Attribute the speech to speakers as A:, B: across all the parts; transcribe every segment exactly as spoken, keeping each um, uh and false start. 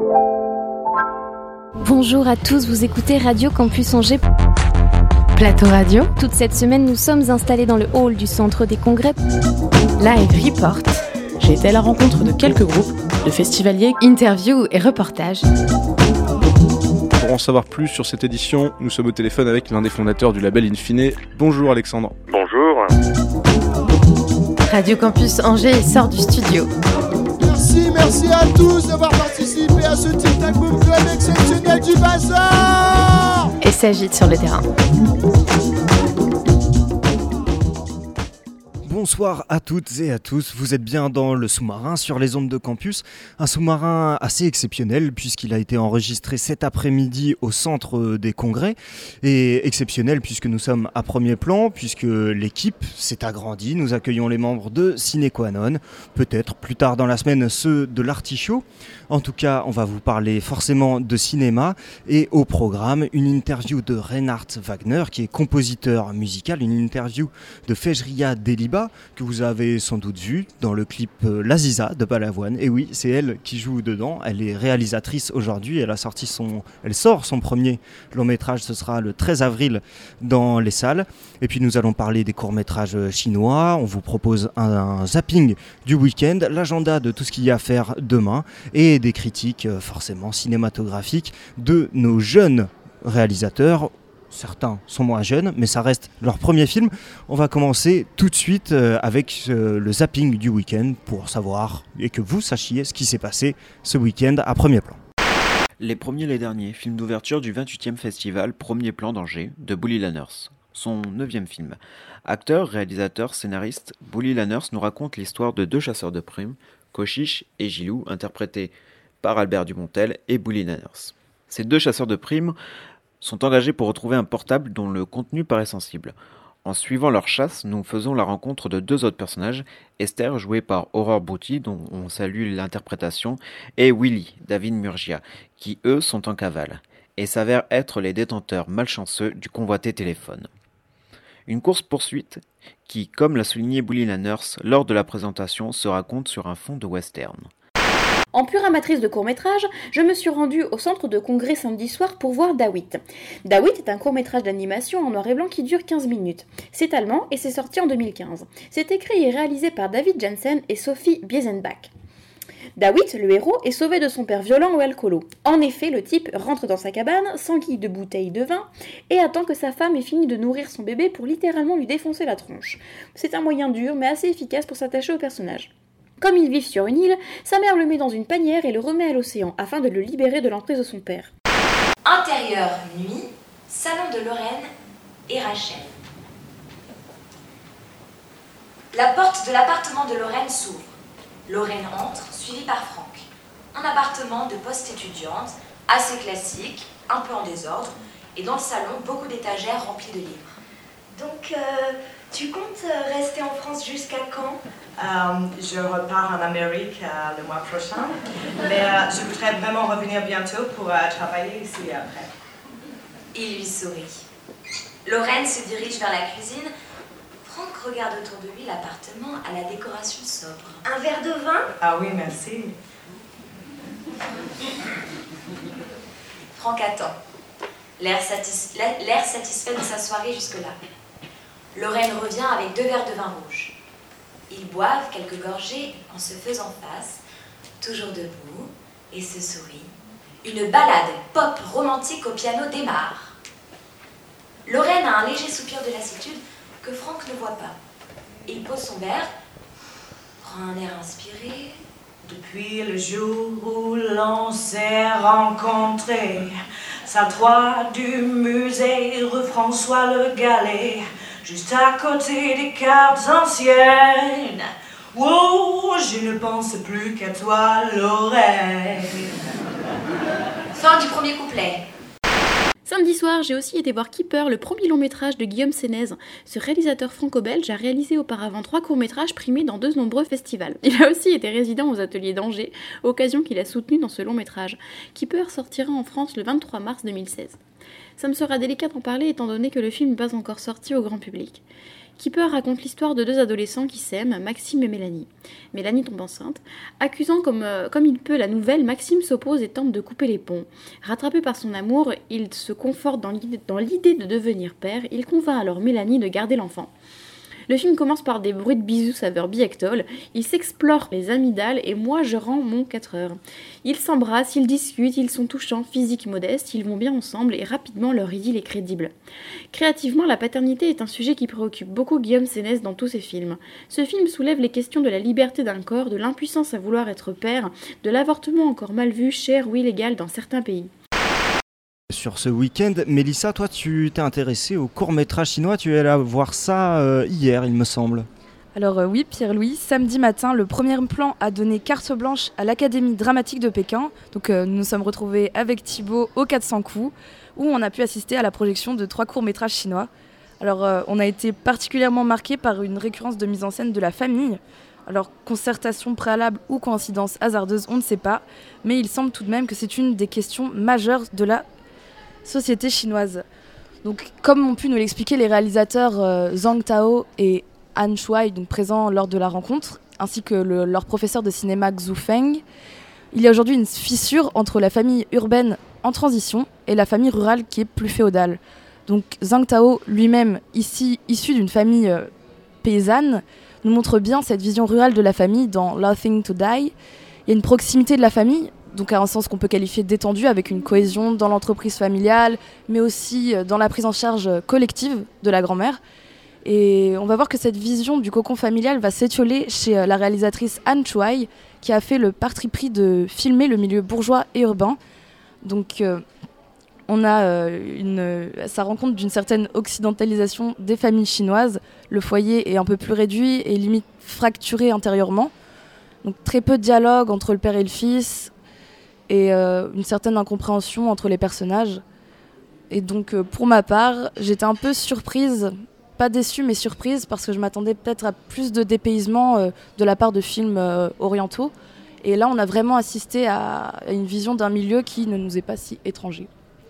A: Bonjour à tous, vous écoutez Radio Campus Angers. Plateau Radio. Toute cette semaine, nous sommes installés dans le hall du centre des congrès.
B: Live Report. J'ai été à la rencontre de quelques groupes, de festivaliers,
A: interviews et reportages.
C: Pour en savoir plus sur cette édition, nous sommes au téléphone avec l'un des fondateurs du label Infine. Bonjour Alexandre.
D: Bonjour.
A: Radio Campus Angers sort du studio.
E: Merci, merci à tous d'avoir participé à ce Tic Tac Boom Club exceptionnel du Bazar.
A: Et s'agite sur le terrain.
F: Bonsoir à toutes et à tous, vous êtes bien dans le sous-marin sur les ondes de campus, un sous-marin assez exceptionnel puisqu'il a été enregistré cet après-midi au centre des congrès, et exceptionnel puisque nous sommes à premier plan, puisque l'équipe s'est agrandie, nous accueillons les membres de Sine Qua Non, peut-être plus tard dans la semaine ceux de l'Artichaut. En tout cas, on va vous parler forcément de cinéma et au programme une interview de Reinhard Wagner qui est compositeur musical, une interview de Fejria Deliba que vous avez sans doute vu dans le clip L'Aziza de Balavoine. Et oui, c'est elle qui joue dedans. Elle est réalisatrice aujourd'hui. Elle a sorti son, elle sort son premier long métrage. Ce sera le treize avril dans les salles. Et puis nous allons parler des courts métrages chinois. On vous propose un, un zapping du week-end, l'agenda de tout ce qu'il y a à faire demain et des critiques forcément cinématographiques de nos jeunes réalisateurs. Certains sont moins jeunes, mais ça reste leur premier film. On va commencer tout de suite avec le zapping du week-end pour savoir et que vous sachiez ce qui s'est passé ce week-end à premier plan.
G: Les premiers et les derniers, film d'ouverture du vingt-huitième festival Premier Plan d'Angers de Bully Lanners, son neuvième film. Acteur, réalisateur, scénariste, Bully Lanners nous raconte l'histoire de deux chasseurs de primes, Cochiche et Gilou, interprétés par Albert Dumontel et Bully Lanners. Ces deux chasseurs de primes sont engagés pour retrouver un portable dont le contenu paraît sensible. En suivant leur chasse, nous faisons la rencontre de deux autres personnages, Esther, jouée par Aurore Bouty, dont on salue l'interprétation, et Willy, David Murgia, qui eux sont en cavale, et s'avèrent être les détenteurs malchanceux du convoité téléphone. Une course-poursuite qui, comme l'a souligné Bully Lanners lors de la présentation, se raconte sur un fond de western.
H: En pure amatrice de court-métrage, je me suis rendue au centre de congrès samedi soir pour voir Dawit. Dawit est un court-métrage d'animation en noir et blanc qui dure quinze minutes. C'est allemand et c'est sorti en deux mille quinze. C'est écrit et réalisé par David Jensen et Sophie Biesenbach. Dawit, le héros, est sauvé de son père violent ou alcoolo. En effet, le type rentre dans sa cabane, s'enquille de bouteilles de vin et attend que sa femme ait fini de nourrir son bébé pour littéralement lui défoncer la tronche. C'est un moyen dur mais assez efficace pour s'attacher au personnage. Comme ils vivent sur une île, sa mère le met dans une panière et le remet à l'océan afin de le libérer de l'emprise de son père.
I: Intérieur, nuit, salon de Lorraine et Rachel. La porte de l'appartement de Lorraine s'ouvre. Lorraine entre, suivie par Franck. Un appartement de post-étudiante, assez classique, un peu en désordre, et dans le salon, beaucoup d'étagères remplies de livres.
J: Donc, euh, tu comptes rester en France jusqu'à quand ?
K: Euh, je repars en Amérique euh, le mois prochain, mais euh, je voudrais vraiment revenir bientôt pour euh, travailler ici après.
I: Il lui sourit. Lorraine se dirige vers la cuisine. Franck regarde autour de lui l'appartement à la décoration sobre.
J: Un verre de vin ?
K: Ah oui, merci.
I: Franck attend, l'air, satis... l'air satisfait de sa soirée jusque-là. Lorraine revient avec deux verres de vin rouge. Ils boivent quelques gorgées en se faisant face, toujours debout, et se sourient. Une ballade pop romantique au piano démarre. Lorraine a un léger soupir de lassitude que Franck ne voit pas. Il pose son verre, prend un air inspiré.
K: Depuis le jour où l'on s'est rencontrés, sa toit du musée rue François Le Gallais, juste à côté des cartes anciennes. Oh, je ne pense plus qu'à toi, Lorraine.
I: Fin du premier couplet.
H: Samedi soir, j'ai aussi été voir Keeper, le premier long-métrage de Guillaume Sénez. Ce réalisateur franco-belge a réalisé auparavant trois courts-métrages primés dans deux nombreux festivals. Il a aussi été résident aux ateliers d'Angers, occasion qu'il a soutenue dans ce long-métrage. Keeper sortira en France le vingt-trois mars deux mille seize. Ça me sera délicat d'en parler étant donné que le film n'est pas encore sorti au grand public. Keeper raconte l'histoire de deux adolescents qui s'aiment, Maxime et Mélanie. Mélanie tombe enceinte. Accusant comme, euh, comme il peut la nouvelle, Maxime s'oppose et tente de couper les ponts. Rattrapé par son amour, il se conforte dans l'idée, dans l'idée de devenir père. Il convainc alors Mélanie de garder l'enfant. Le film commence par des bruits de bisous saveur Biactol, ils s'explorent les amygdales et moi je rends mon quatre heures. Ils s'embrassent, ils discutent, ils sont touchants, physiques, modestes, ils vont bien ensemble et rapidement leur idylle est crédible. Créativement, la paternité est un sujet qui préoccupe beaucoup Guillaume Sénès dans tous ses films. Ce film soulève les questions de la liberté d'un corps, de l'impuissance à vouloir être père, de l'avortement encore mal vu, cher ou illégal dans certains pays.
F: Sur ce week-end, Mélissa, toi tu t'es intéressée au court-métrage chinois, tu es allée voir ça euh, hier il me semble.
D: Alors euh, oui Pierre-Louis, samedi matin, le premier plan a donné carte blanche à l'Académie dramatique de Pékin. Donc euh, nous nous sommes retrouvés avec Thibaut au quatre cents coups, où on a pu assister à la projection de trois courts-métrages chinois. Alors euh, on a été particulièrement marqués par une récurrence de mise en scène de la famille. Alors concertation préalable ou coïncidence hasardeuse, on ne sait pas, mais il semble tout de même que c'est une des questions majeures de la société chinoise. Donc, comme ont pu nous l'expliquer les réalisateurs euh, Zhang Tao et Han Shuai, donc présents lors de la rencontre, ainsi que le, leur professeur de cinéma Xu Feng, il y a aujourd'hui une fissure entre la famille urbaine en transition et la famille rurale qui est plus féodale. Donc Zhang Tao lui-même, ici issu d'une famille euh, paysanne, nous montre bien cette vision rurale de la famille dans Nothing to Die. Il y a une proximité de la famille, donc à un sens qu'on peut qualifier d'étendu, avec une cohésion dans l'entreprise familiale, mais aussi dans la prise en charge collective de la grand-mère. Et on va voir que cette vision du cocon familial va s'étioler chez la réalisatrice Han Shuai, qui a fait le parti pris de filmer le milieu bourgeois et urbain. Donc euh, on a euh, une, ça rend compte d'une certaine occidentalisation des familles chinoises. Le foyer est un peu plus réduit et limite fracturé intérieurement. Donc très peu de dialogue entre le père et le fils, et euh, une certaine incompréhension entre les personnages. Et donc euh, pour ma part, j'étais un peu surprise, pas déçue mais surprise, parce que je m'attendais peut-être à plus de dépaysement euh, de la part de films euh, orientaux. Et là on a vraiment assisté à, à une vision d'un milieu qui ne nous est pas si étranger.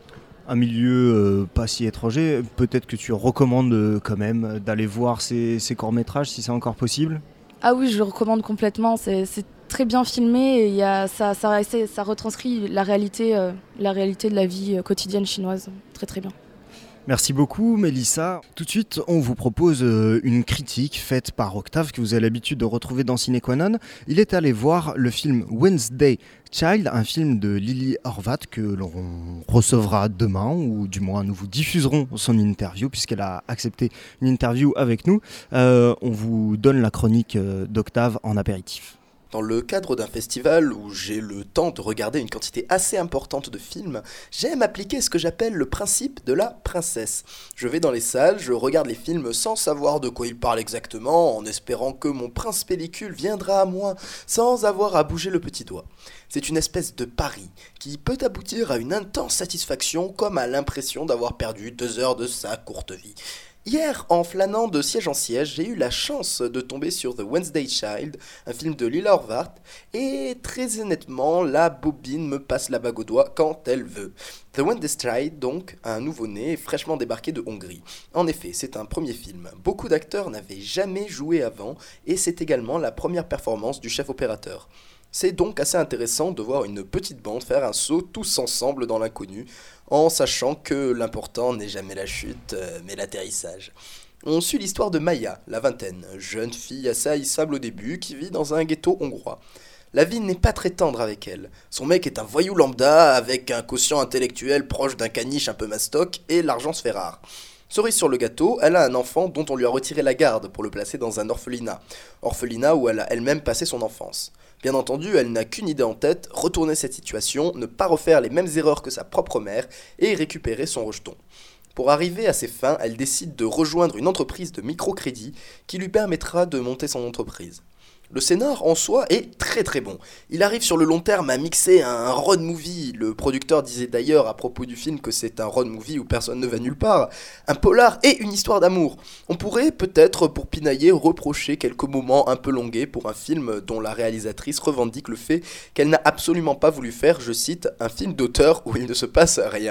F: Un milieu euh, pas si étranger, peut-être que tu recommandes euh, quand même d'aller voir ces, ces courts-métrages si c'est encore possible ?
D: Ah oui, je le recommande complètement, c'est, c'est très bien filmé et y a, ça, ça, ça retranscrit la réalité, euh, la réalité de la vie quotidienne chinoise, très très bien.
F: Merci beaucoup Mélissa. Tout de suite, on vous propose euh, une critique faite par Octave que vous avez l'habitude de retrouver dans Ciné Qua Non. Il est allé voir le film Wednesday Child, un film de Lily Horvat que l'on recevra demain, ou du moins nous vous diffuserons son interview puisqu'elle a accepté une interview avec nous. Euh, on vous donne la chronique euh, d'Octave en apéritif.
L: Dans le cadre d'un festival où j'ai le temps de regarder une quantité assez importante de films, j'aime appliquer ce que j'appelle le principe de la princesse. Je vais dans les salles, je regarde les films sans savoir de quoi ils parlent exactement, en espérant que mon prince pellicule viendra à moi, sans avoir à bouger le petit doigt. C'est une espèce de pari qui peut aboutir à une intense satisfaction, comme à l'impression d'avoir perdu deux heures de sa courte vie. Hier, en flânant de siège en siège, j'ai eu la chance de tomber sur The Wednesday Child, un film de Lily Horvat, et très honnêtement, la bobine me passe la bague au doigt quand elle veut. The Wednesday Child, donc, un nouveau-né fraîchement débarqué de Hongrie. En effet, c'est un premier film. Beaucoup d'acteurs n'avaient jamais joué avant, et c'est également la première performance du chef opérateur. C'est donc assez intéressant de voir une petite bande faire un saut tous ensemble dans l'inconnu, en sachant que l'important n'est jamais la chute, euh, mais l'atterrissage. On suit l'histoire de Maya, la vingtaine, jeune fille assez haïssable au début, qui vit dans un ghetto hongrois. La vie n'est pas très tendre avec elle. Son mec est un voyou lambda, avec un quotient intellectuel proche d'un caniche un peu mastoc, et l'argent se fait rare. Cerise sur le gâteau, elle a un enfant dont on lui a retiré la garde pour le placer dans un orphelinat. Orphelinat où elle a elle-même passé son enfance. Bien entendu, elle n'a qu'une idée en tête, retourner cette situation, ne pas refaire les mêmes erreurs que sa propre mère et récupérer son rejeton. Pour arriver à ses fins, elle décide de rejoindre une entreprise de microcrédit qui lui permettra de monter son entreprise. Le scénar en soi est très très bon. Il arrive sur le long terme à mixer un road movie. Le producteur disait d'ailleurs à propos du film que c'est un road movie où personne ne va nulle part, un polar et une histoire d'amour. On pourrait peut-être, pour pinailler, reprocher quelques moments un peu longués pour un film dont la réalisatrice revendique le fait qu'elle n'a absolument pas voulu faire, je cite, un film d'auteur où il ne se passe rien.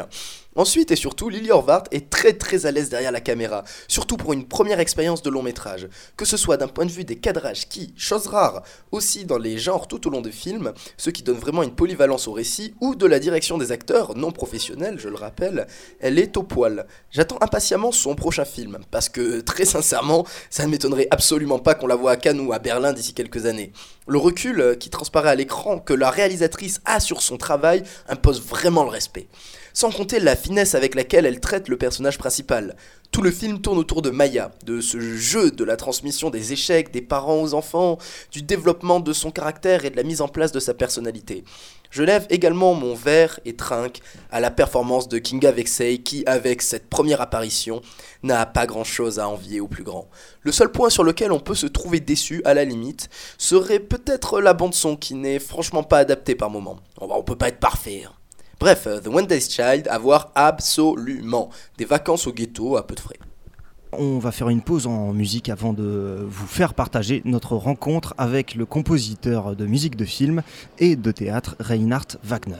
L: Ensuite et surtout, Lily Horvath est très très à l'aise derrière la caméra, surtout pour une première expérience de long métrage, que ce soit d'un point de vue des cadrages qui, chose rare, aussi dans les genres tout au long du film, ce qui donne vraiment une polyvalence au récit, ou de la direction des acteurs, non professionnels, je le rappelle, elle est au poil. J'attends impatiemment son prochain film, parce que très sincèrement, ça ne m'étonnerait absolument pas qu'on la voie à Cannes ou à Berlin d'ici quelques années. Le recul qui transparaît à l'écran que la réalisatrice a sur son travail impose vraiment le respect. Sans compter la finesse avec laquelle elle traite le personnage principal. Tout le film tourne autour de Maya, de ce jeu de la transmission des échecs des parents aux enfants, du développement de son caractère et de la mise en place de sa personnalité. Je lève également mon verre et trinque à la performance de Kinga Vexay qui, avec cette première apparition, n'a pas grand chose à envier au plus grand. Le seul point sur lequel on peut se trouver déçu, à la limite, serait peut-être la bande-son qui n'est franchement pas adaptée par moments. On peut pas être parfait, hein. Bref, The Wednesday Child, à voir absolument. Des vacances au ghetto à peu de frais.
F: On va faire une pause en musique avant de vous faire partager notre rencontre avec le compositeur de musique de film et de théâtre Reinhard Wagner.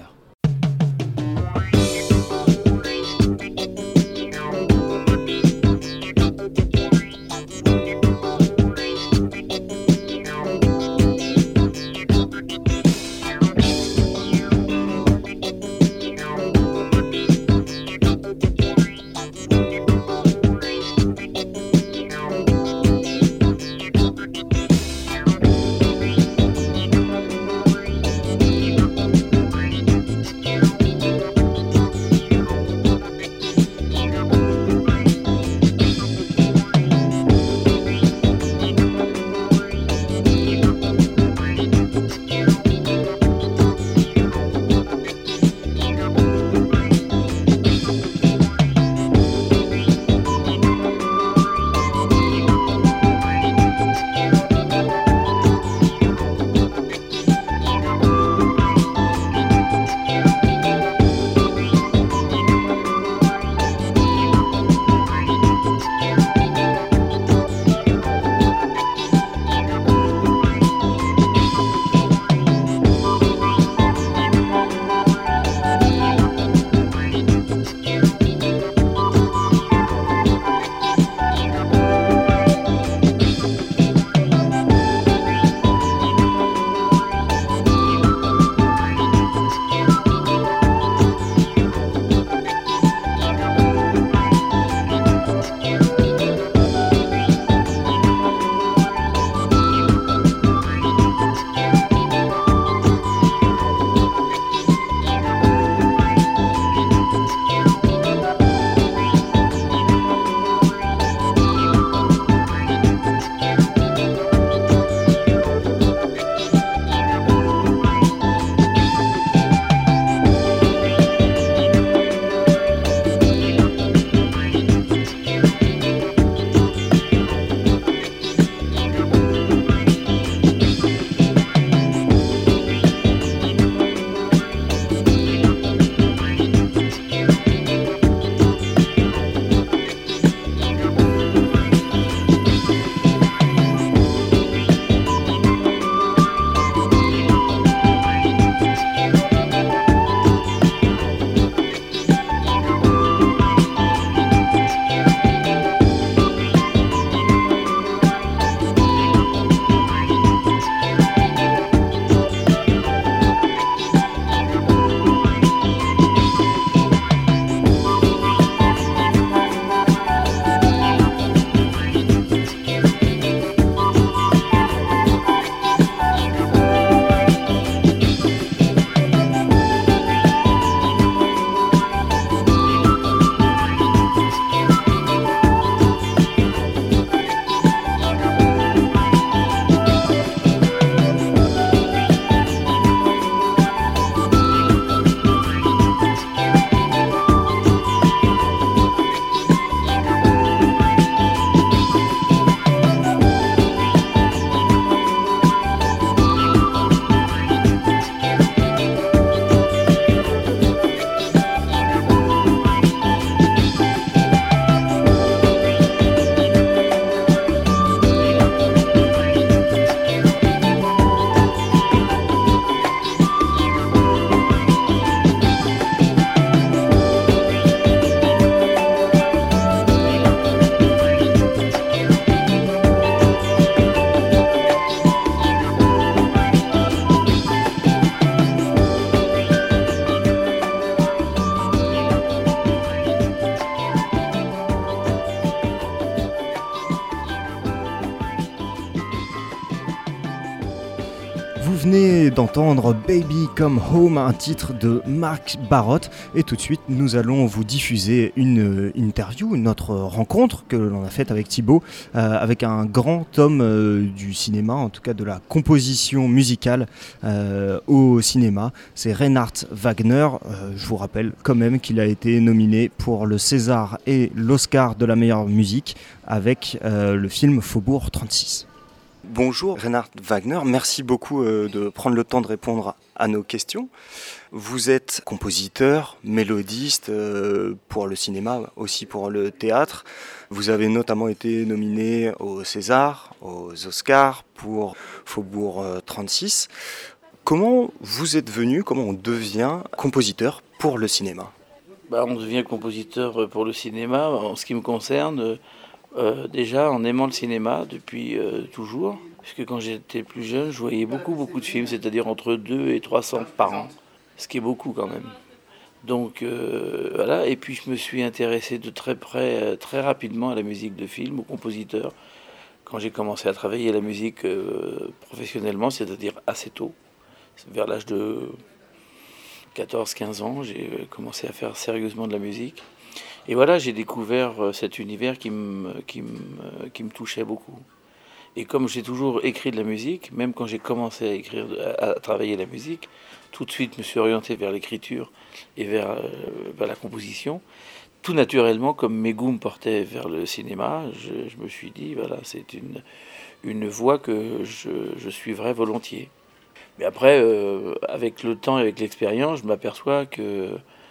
F: venez d'entendre Baby Come Home, un titre de Marc Barotte. Et tout de suite, nous allons vous diffuser une interview, notre rencontre que l'on a faite avec Thibaut, euh, avec un grand homme euh, du cinéma, en tout cas de la composition musicale euh, au cinéma. C'est Reinhard Wagner. Euh, je vous rappelle quand même qu'il a été nominé pour le César et l'Oscar de la meilleure musique avec euh, le film Faubourg trente-six. Bonjour Reinhard Wagner, merci beaucoup euh, de prendre le temps de répondre à nos questions. Vous êtes compositeur, mélodiste euh, pour le cinéma, aussi pour le théâtre. Vous avez notamment été nominé au César, aux Oscars pour Faubourg trente-six. Comment vous êtes venu, comment on devient compositeur pour le cinéma ?
M: Bah, on devient compositeur pour le cinéma, en ce qui me concerne. Euh, déjà en aimant le cinéma depuis euh, toujours, puisque quand j'étais plus jeune, je voyais beaucoup, beaucoup de films, c'est-à-dire entre deux et trois cents par an, ce qui est beaucoup quand même. Donc euh, voilà, et puis je me suis intéressé de très près, euh, très rapidement à la musique de film, aux compositeurs, quand j'ai commencé à travailler la musique euh, professionnellement, c'est-à-dire assez tôt, vers l'âge de quatorze quinze ans, j'ai commencé à faire sérieusement de la musique. Et voilà, j'ai découvert cet univers qui me, qui me, qui me touchait beaucoup. Et comme j'ai toujours écrit de la musique, même quand j'ai commencé à écrire, à travailler la musique, tout de suite je me suis orienté vers l'écriture et vers, vers la composition. Tout naturellement, comme mes goûts me portaient vers le cinéma, je, je me suis dit, voilà, c'est une, une voie que je, je suivrai volontiers. Mais après, euh, avec le temps et avec l'expérience, je m'aperçois que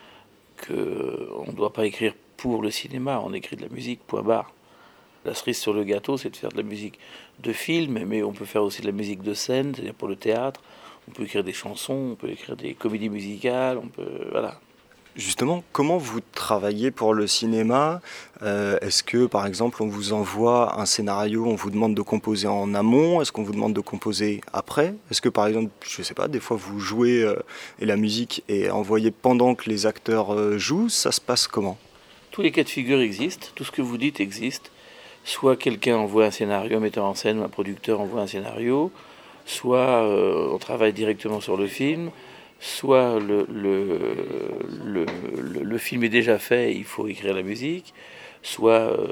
M: qu'on ne doit pas écrire pour le cinéma, on écrit de la musique, point barre. La cerise sur le gâteau, c'est de faire de la musique de film, mais on peut faire aussi de la musique de scène, c'est-à-dire pour le théâtre. On peut écrire des chansons, on peut écrire des comédies musicales, on peut... voilà.
F: Justement, comment vous travaillez pour le cinéma ? euh, Est-ce que, par exemple, on vous envoie un scénario, on vous demande de composer en amont ? Est-ce qu'on vous demande de composer après ? Est-ce que, par exemple, je ne sais pas, des fois vous jouez euh, et la musique est envoyée pendant que les acteurs euh, jouent ? Ça se passe comment ?
M: Tous les cas de figure existent, tout ce que vous dites existe. Soit quelqu'un envoie un scénario, un metteur en scène ou un producteur envoie un scénario, soit euh, on travaille directement sur le film, soit le, le, le, le, le film est déjà fait et il faut écrire la musique, soit... Euh,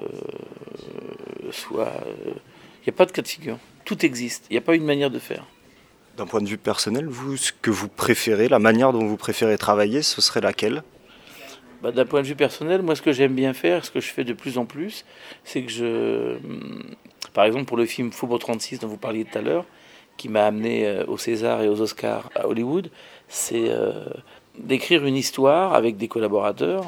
M: soit il euh, n'y a pas de cas de figure. Tout existe, il n'y a pas une manière de faire.
F: D'un point de vue personnel, vous, ce que vous préférez, la manière dont vous préférez travailler, ce serait laquelle ?
M: Bah, d'un point de vue personnel, moi ce que j'aime bien faire, ce que je fais de plus en plus, c'est que je... Par exemple pour le film Faubourg trente-six dont vous parliez tout à l'heure, qui m'a amené au César et aux Oscars à Hollywood, c'est euh, d'écrire une histoire avec des collaborateurs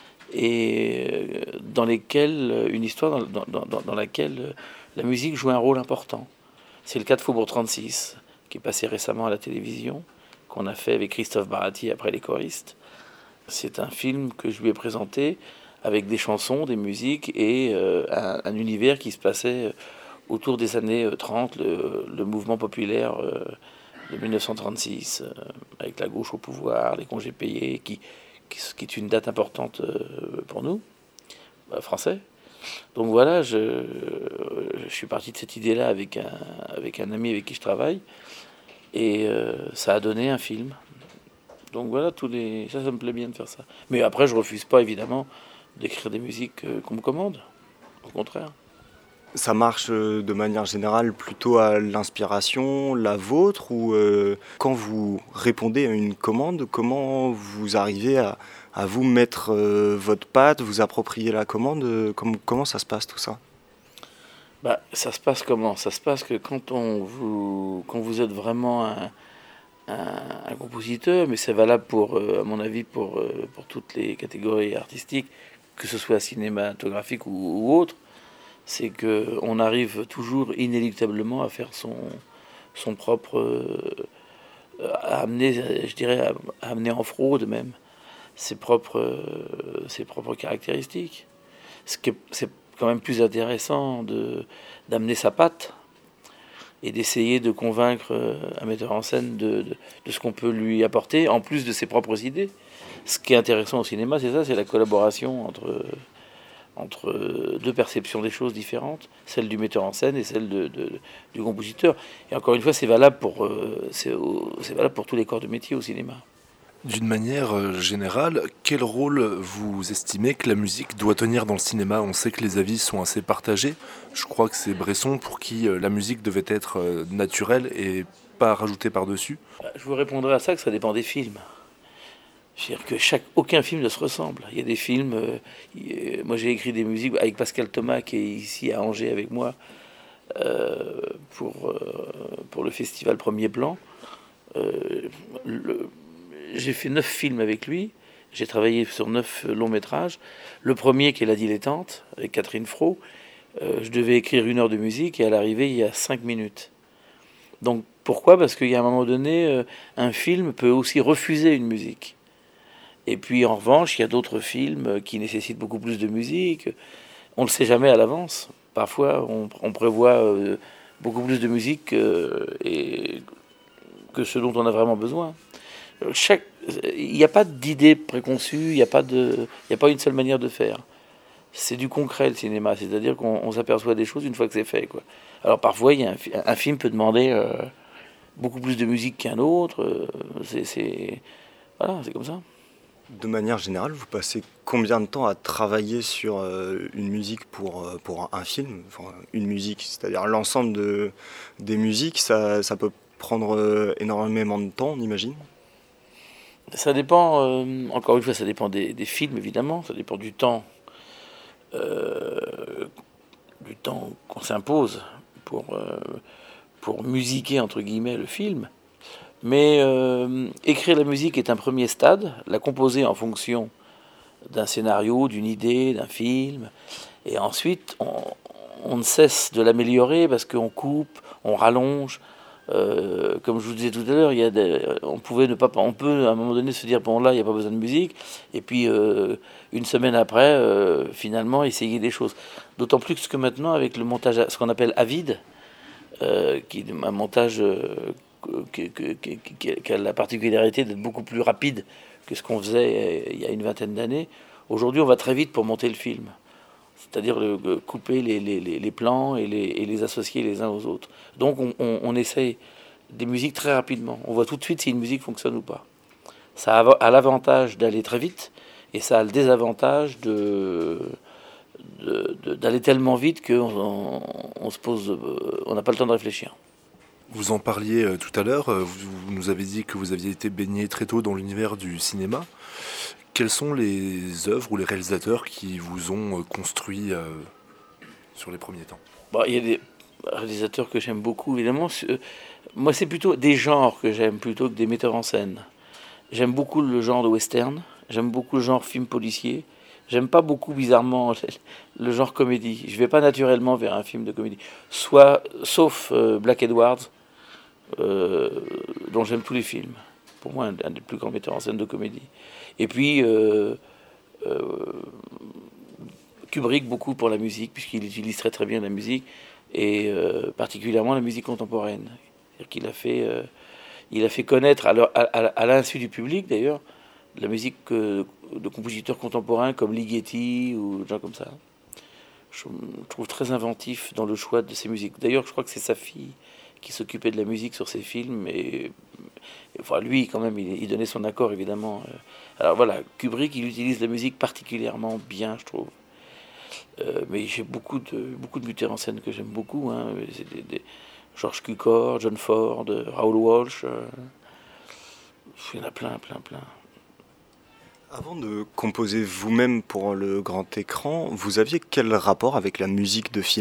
M: et euh, dans lesquels une histoire dans, dans, dans, dans laquelle la musique joue un rôle important. C'est le cas de Faubourg trente-six, qui est passé récemment à la télévision, qu'on a fait avec Christophe Barati après Les Choristes. C'est un film que je lui ai présenté avec des chansons, des musiques et euh, un, un univers qui se passait autour des années trente, le, le mouvement populaire euh, de dix-neuf cent trente-six, euh, avec la gauche au pouvoir, les congés payés, qui, qui, qui est une date importante euh, pour nous, euh, français. Donc voilà, je, je suis parti de cette idée-là avec un, avec un ami avec qui je travaille, et euh, ça a donné un film. Donc voilà, tous les... ça, ça me plaît bien de faire ça. Mais après, je refuse pas, évidemment, d'écrire des musiques euh, qu'on me commande, au contraire.
F: Ça marche de manière générale plutôt à l'inspiration, la vôtre, ou euh, quand vous répondez à une commande, comment vous arrivez à, à vous mettre euh, votre patte, vous approprier la commande, euh, comment, comment ça se passe tout ça ?
M: Bah, ça se passe comment ? Ça se passe que quand, on vous, quand vous êtes vraiment un, un, un compositeur, mais c'est valable pour, euh, à mon avis, pour, euh, pour toutes les catégories artistiques, que ce soit cinématographique ou, ou autre, c'est qu'on arrive toujours inéluctablement à faire son, son propre... Euh, à amener, je dirais, à, à amener en fraude même ses propres, euh, ses propres caractéristiques. Ce qui est, c'est quand même plus intéressant de, d'amener sa patte et d'essayer de convaincre un metteur en scène de, de, de ce qu'on peut lui apporter, en plus de ses propres idées. Ce qui est intéressant au cinéma, c'est ça, c'est la collaboration entre... entre deux perceptions des choses différentes, celle du metteur en scène et celle de, de, du compositeur. Et encore une fois, c'est valable pour, c'est, c'est valable pour tous les corps de métier au cinéma.
N: D'une manière générale, quel rôle vous estimez que la musique doit tenir dans le cinéma ? On sait que les avis sont assez partagés. Je crois que c'est Bresson pour qui la musique devait être naturelle et pas rajoutée par-dessus.
M: Je vous répondrai à ça que ça dépend des films. C'est-à-dire que chaque, aucun film ne se ressemble. Il y a des films... Euh, moi, j'ai écrit des musiques avec Pascal Thomas, qui est ici à Angers avec moi, euh, pour, euh, pour le festival Premier Plan. Euh, le, j'ai fait neuf films avec lui. J'ai travaillé sur neuf longs métrages. Le premier, qui est La Dilettante, avec Catherine Fro, euh, je devais écrire une heure de musique et à l'arrivée, il y a cinq minutes. Donc, pourquoi ? Parce qu'il y a un moment donné, euh, un film peut aussi refuser une musique. Et puis en revanche, il y a d'autres films qui nécessitent beaucoup plus de musique. On ne le sait jamais à l'avance. Parfois, on, on prévoit euh, beaucoup plus de musique euh, et que ce dont on a vraiment besoin. Chaque, il n'y a pas d'idée préconçue, il n'y a pas de, il n'y a pas une seule manière de faire. C'est du concret le cinéma, c'est-à-dire qu'on on s'aperçoit des choses une fois que c'est fait, quoi. Alors parfois, il y a un, un film peut demander euh, beaucoup plus de musique qu'un autre. Euh, c'est, c'est, voilà, c'est comme ça.
F: De manière générale, vous passez combien de temps à travailler sur euh, une musique pour, euh, pour un film, enfin, une musique, c'est-à-dire l'ensemble de, des musiques, ça, ça peut prendre euh, énormément de temps, on imagine ?
M: Ça dépend, euh, encore une fois, ça dépend des, des films, évidemment, ça dépend du temps, euh, du temps qu'on s'impose pour, euh, pour musiquer, entre guillemets, le film. Mais euh, écrire la musique est un premier stade, la composer en fonction d'un scénario, d'une idée, d'un film. Et ensuite, on, on ne cesse de l'améliorer parce qu'on coupe, on rallonge. Euh, comme je vous disais tout à l'heure, il y a des, on pouvait ne pas, on peut à un moment donné se dire bon là, il n'y a pas besoin de musique. Et puis euh, une semaine après, euh, finalement, essayer des choses. D'autant plus que maintenant, avec le montage, ce qu'on appelle Avid, euh, qui est un montage euh, qui, qui, qui, qui a la particularité d'être beaucoup plus rapide que ce qu'on faisait il y a une vingtaine d'années. Aujourd'hui, on va très vite pour monter le film. C'est-à-dire le, couper les, les, les plans et les, et les associer les uns aux autres. Donc on, on, on essaye des musiques très rapidement. On voit tout de suite si une musique fonctionne ou pas. Ça a, a l'avantage d'aller très vite et ça a le désavantage de, de, de, d'aller tellement vite qu'on on, on se pose, on n'a pas le temps de réfléchir.
N: Vous en parliez euh, tout à l'heure, vous, vous nous avez dit que vous aviez été baigné très tôt dans l'univers du cinéma. Quelles sont les œuvres ou les réalisateurs qui vous ont construit euh, sur les premiers temps ?
M: Bon, il y a des réalisateurs que j'aime beaucoup, évidemment. Moi, c'est plutôt des genres que j'aime plutôt que des metteurs en scène. J'aime beaucoup le genre de western, j'aime beaucoup le genre film policier. J'aime pas beaucoup, bizarrement, le genre comédie. Je vais pas naturellement vers un film de comédie. Soit, sauf euh, Black Edwards, euh, dont j'aime tous les films. Pour moi, un, un des plus grands metteurs en scène de comédie. Et puis, euh, euh, Kubrick, beaucoup pour la musique, puisqu'il utilise très très bien la musique, et euh, particulièrement la musique contemporaine. C'est-à-dire qu'il a fait, euh, il a fait connaître, à, à, à l'insu du public d'ailleurs, la musique euh, de compositeurs contemporains comme Ligeti ou des gens comme ça. Je me trouve très inventif dans le choix de ses musiques. D'ailleurs, je crois que c'est sa fille qui s'occupait de la musique sur ses films, et, et enfin lui quand même, il, il donnait son accord évidemment. Alors voilà, Kubrick, il utilise la musique particulièrement bien, je trouve. Euh, mais j'ai beaucoup de beaucoup de metteurs en scène que j'aime beaucoup. Hein. C'est des, des George Cukor, John Ford, Raoul Walsh. Euh, il y en a plein, plein, plein.
F: Avant de composer vous-même pour le grand écran, vous aviez quel rapport avec la musique de film ?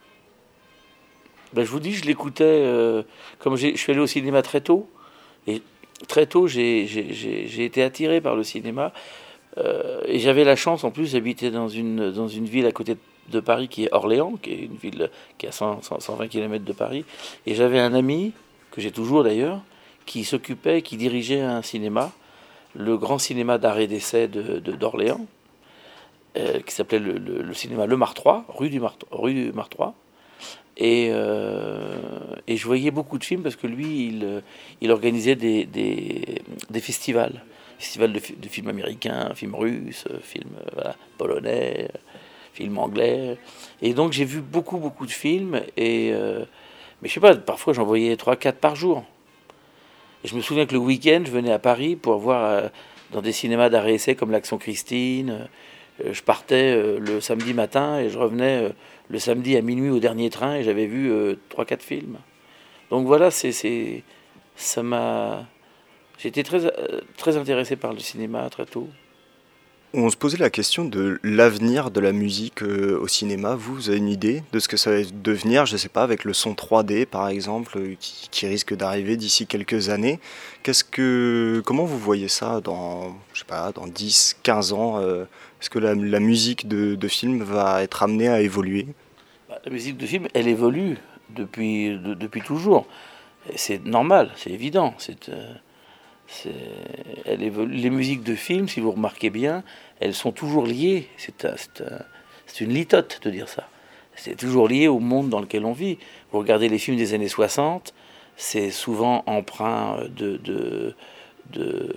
M: Ben, je vous dis, je l'écoutais, euh, comme j'ai, je suis allé au cinéma très tôt, et très tôt j'ai, j'ai, j'ai, j'ai été attiré par le cinéma, euh, et j'avais la chance, en plus, d'habiter dans une, dans une ville à côté de Paris qui est Orléans, qui est une ville qui est à cent, cent vingt kilomètres de Paris, et j'avais un ami, que j'ai toujours d'ailleurs, qui s'occupait, qui dirigeait un cinéma, le grand cinéma d'art et d'essai de, de, d'Orléans, euh, qui s'appelait le, le, le cinéma Le Martroi, rue du, Mart- rue du Martroi. Et, euh, et je voyais beaucoup de films parce que lui, il, il organisait des, des, des festivals. Festivals de, de films américains, films russes, films voilà, polonais. films anglais. Et donc j'ai vu beaucoup, beaucoup de films. Et, euh, mais je sais pas, parfois j'en voyais trois quatre par jour. Et je me souviens que le week-end, je venais à Paris pour voir euh, dans des cinémas d'arrêt essai comme l'Action Christine. Euh, je partais euh, le samedi matin et je revenais euh, le samedi à minuit au dernier train et j'avais vu euh, trois quatre films. Donc voilà, c'est, c'est, ça m'a... J'étais très, euh, très intéressé par le cinéma très tôt.
F: On se posait la question de l'avenir de la musique euh, au cinéma. Vous, vous avez une idée de ce que ça va devenir, je ne sais pas, avec le son trois D par exemple, euh, qui, qui risque d'arriver d'ici quelques années. Qu'est-ce que, comment vous voyez ça dans, je sais pas, dans dix, quinze ans euh, Est-ce que la, la musique de, de film va être amenée à évoluer ?
M: Bah, la musique de film, elle évolue depuis, de, depuis toujours. Et c'est normal, c'est évident. C'est... Euh... C'est, elle évolue. Les musiques de films, si vous remarquez bien, elles sont toujours liées. C'est, un, c'est, un, c'est une litote de dire ça. C'est toujours lié au monde dans lequel on vit. Vous regardez les films des années soixante, c'est souvent empreint de, de, de,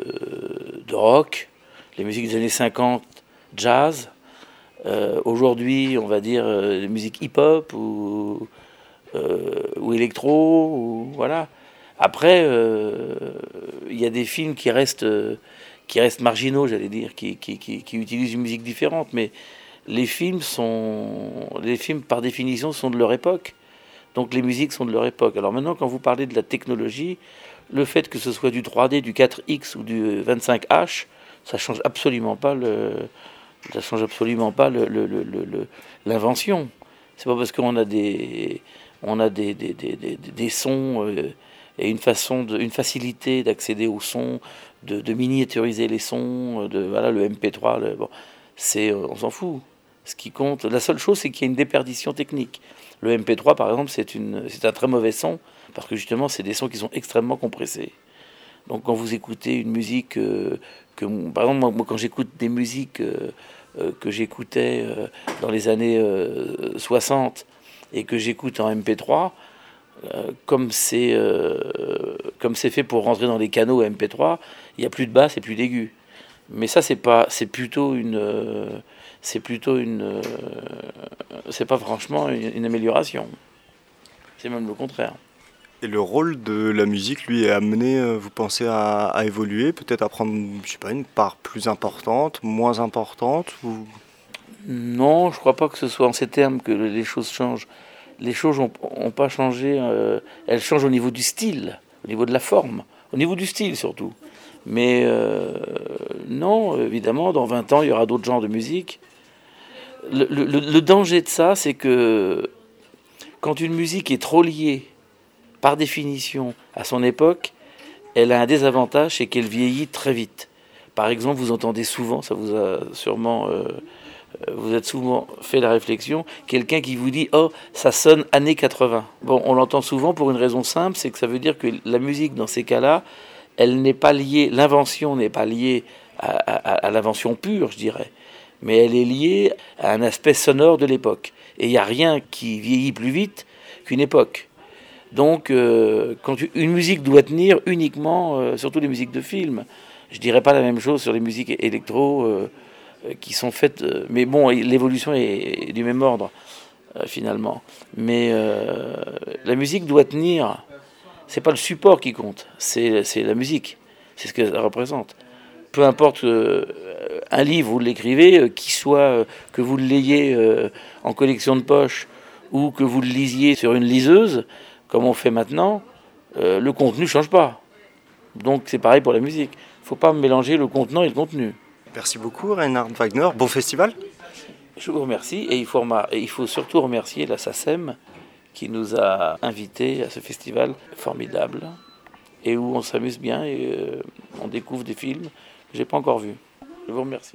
M: de rock. Les musiques des années cinquante, jazz. Euh, aujourd'hui, on va dire euh, les musiques hip-hop ou, euh, ou électro. Ou, voilà. Après, il euh, y a des films qui restent, euh, qui restent marginaux, j'allais dire, qui, qui, qui, qui utilisent une musique différente. Mais les films, sont, les films, par définition, sont de leur époque. Donc les musiques sont de leur époque. Alors maintenant, quand vous parlez de la technologie, le fait que ce soit du trois D, du quatre X ou du vingt-cinq H, ça change absolument pas le, ça change absolument pas le, le, le, le, l'invention. C'est pas parce qu'on a des, on a des, des, des, des, des sons... Euh, et une façon de, une facilité d'accéder aux sons, de, de miniaturiser les sons, de voilà le M P trois, le, bon, c'est, on s'en fout. Ce qui compte, la seule chose, c'est qu'il y a une déperdition technique. Le M P trois, par exemple, c'est une, c'est un très mauvais son parce que justement, c'est des sons qui sont extrêmement compressés. Donc, quand vous écoutez une musique, euh, que, par exemple, moi, quand j'écoute des musiques euh, euh, que j'écoutais euh, dans les années euh, soixante et que j'écoute en M P trois. Euh, comme c'est euh, comme c'est fait pour rentrer dans les canaux M P trois, il y a plus de basse et plus d'aigus. Mais ça c'est pas c'est plutôt une euh, c'est plutôt une euh, c'est pas franchement une, une amélioration. C'est même le contraire.
F: Et le rôle de la musique, lui, est amené, vous pensez, à, à évoluer, peut-être à prendre, je sais pas, une part plus importante, moins importante ou...
M: Non, je crois pas que ce soit en ces termes que les choses changent. Les choses n'ont pas changé, euh, elles changent au niveau du style, au niveau de la forme, au niveau du style surtout. Mais euh, non, évidemment, dans vingt ans, il y aura d'autres genres de musique. Le, le, le danger de ça, c'est que quand une musique est trop liée, par définition, à son époque, elle a un désavantage, c'est qu'elle vieillit très vite. Par exemple, vous entendez souvent, ça vous a sûrement... Euh, vous êtes souvent fait la réflexion, quelqu'un qui vous dit « Oh, ça sonne années quatre-vingts ». Bon, on l'entend souvent pour une raison simple, c'est que ça veut dire que la musique, dans ces cas-là, elle n'est pas liée, l'invention n'est pas liée à, à, à l'invention pure, je dirais, mais elle est liée à un aspect sonore de l'époque. Et il n'y a rien qui vieillit plus vite qu'une époque. Donc, euh, quand une musique doit tenir uniquement, euh, surtout les musiques de films, je ne dirais pas la même chose sur les musiques électro, euh, qui sont faites, mais bon, l'évolution est du même ordre euh, finalement. Mais euh, la musique doit tenir. C'est pas le support qui compte, c'est c'est la musique, c'est ce que ça représente. Peu importe euh, un livre vous l'écrivez, euh, qui soit euh, que vous l'ayez euh, en collection de poche ou que vous le lisiez sur une liseuse, comme on fait maintenant, euh, le contenu change pas. Donc c'est pareil pour la musique. Faut pas mélanger le contenant et le contenu.
F: Merci beaucoup Reinhard Wagner, bon festival.
M: Je vous remercie et il faut, et il faut surtout remercier la SACEM qui nous a invités à ce festival formidable et où on s'amuse bien et euh, on découvre des films que j'ai pas encore vus. Je vous remercie.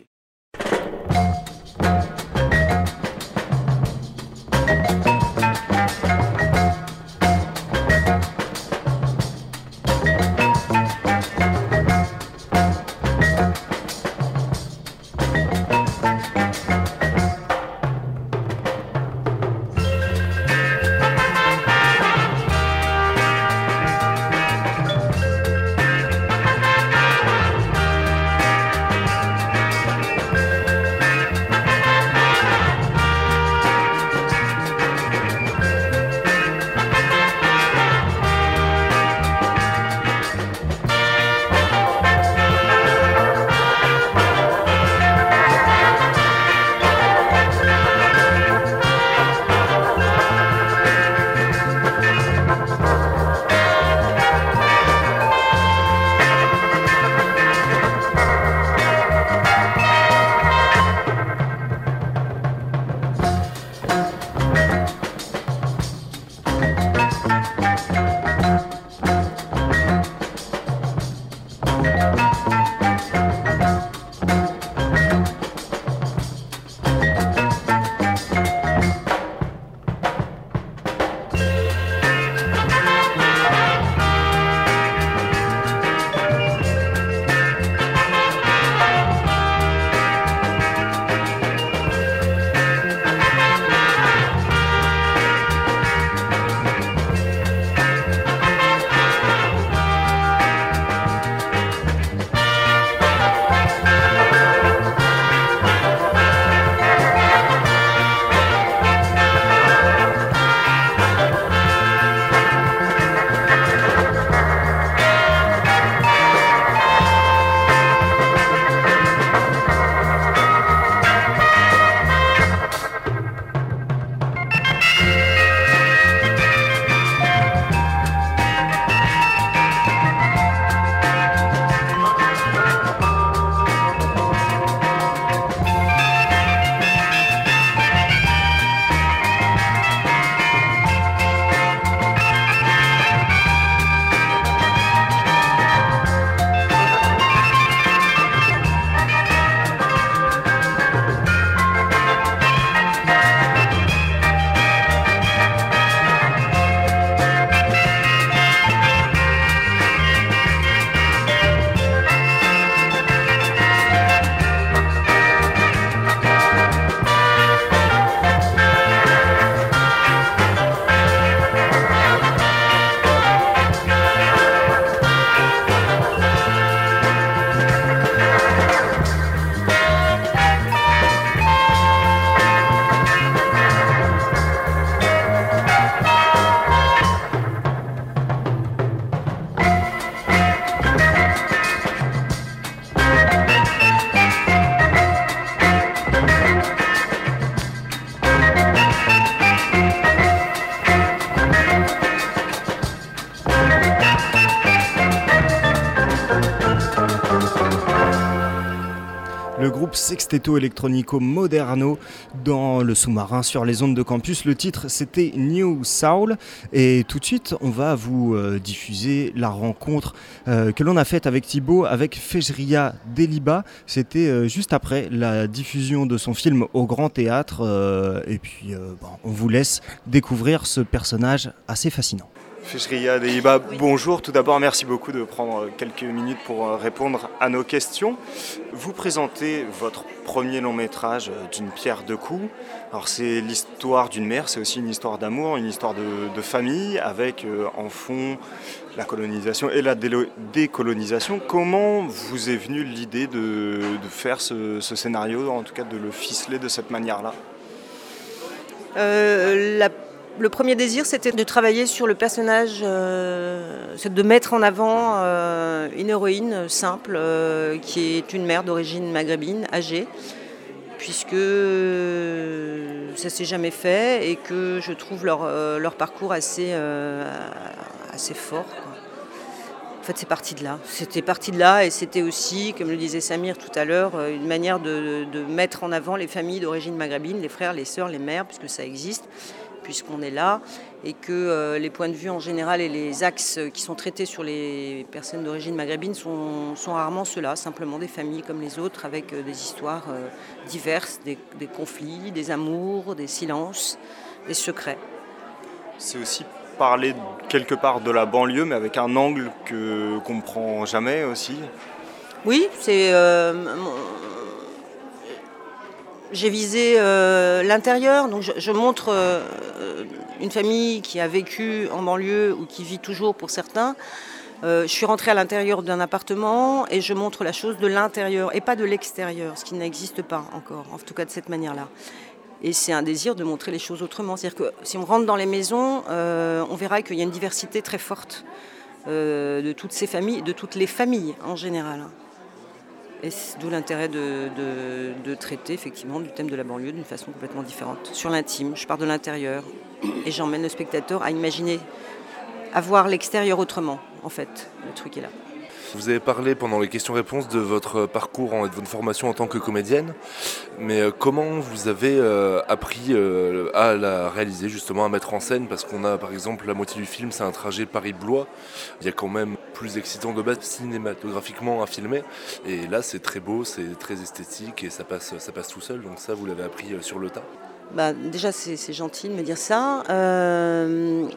F: Le groupe Sexteto Electronico Moderno dans le sous-marin sur les ondes de campus. Le titre, c'était New Soul. Et tout de suite, on va vous euh, diffuser la rencontre euh, que l'on a faite avec Thibaut, avec Fejria Deliba. C'était euh, juste après la diffusion de son film au Grand Théâtre. Euh, et puis, euh, bon, on vous laisse découvrir ce personnage assez fascinant.
O: Fejria Deliba, bonjour. Tout d'abord, merci beaucoup de prendre quelques minutes pour répondre à nos questions. Vous présentez votre premier long métrage d'une pierre deux coups. Alors, c'est l'histoire d'une mère, c'est aussi une histoire d'amour, une histoire de, de famille, avec euh, en fond la colonisation et la délo- décolonisation. Comment vous est venue l'idée de, de faire ce, ce scénario, en tout cas de le ficeler de cette manière-là ?
P: euh, la Le premier désir, c'était de travailler sur le personnage, euh, c'est de mettre en avant euh, une héroïne simple, euh, qui est une mère d'origine maghrébine, âgée, puisque euh, ça ne s'est jamais fait et que je trouve leur, euh, leur parcours assez, euh, assez fort, quoi. En fait, c'est parti de là. C'était parti de là et c'était aussi, comme le disait Samir tout à l'heure, une manière de, de mettre en avant les familles d'origine maghrébine, les frères, les sœurs, les mères, puisque ça existe, puisqu'on est là, et que euh, les points de vue en général et les axes qui sont traités sur les personnes d'origine maghrébine sont, sont rarement ceux-là, simplement des familles comme les autres, avec euh, des histoires euh, diverses, des, des conflits, des amours, des silences, des secrets.
O: C'est aussi parler quelque part de la banlieue, mais avec un angle que, qu'on ne prend jamais aussi.
P: Oui, c'est... Euh, J'ai visé euh, l'intérieur, donc je, je montre euh, une famille qui a vécu en banlieue ou qui vit toujours pour certains. Euh, je suis rentrée à l'intérieur d'un appartement et je montre la chose de l'intérieur et pas de l'extérieur, ce qui n'existe pas encore, en tout cas de cette manière-là. Et c'est un désir de montrer les choses autrement. C'est-à-dire que si on rentre dans les maisons, euh, on verra qu'il y a une diversité très forte euh, de toutes ces familles, de toutes les familles en général. Et c'est d'où l'intérêt de, de, de traiter effectivement du thème de la banlieue d'une façon complètement différente. Sur l'intime, je pars de l'intérieur et j'emmène le spectateur à imaginer, à voir l'extérieur autrement, en fait. Le truc est là.
N: Vous avez parlé pendant les questions-réponses de votre parcours et de votre formation en tant que comédienne, mais comment vous avez euh, appris euh, à la réaliser, justement à mettre en scène, parce qu'on a par exemple la moitié du film, c'est un trajet Paris-Blois, il y a quand même plus excitant de base cinématographiquement à filmer, et là c'est très beau, c'est très esthétique et ça passe, ça passe tout seul, donc ça vous l'avez appris sur le tas.
P: Bah, déjà c'est, c'est gentil de me dire ça. Euh...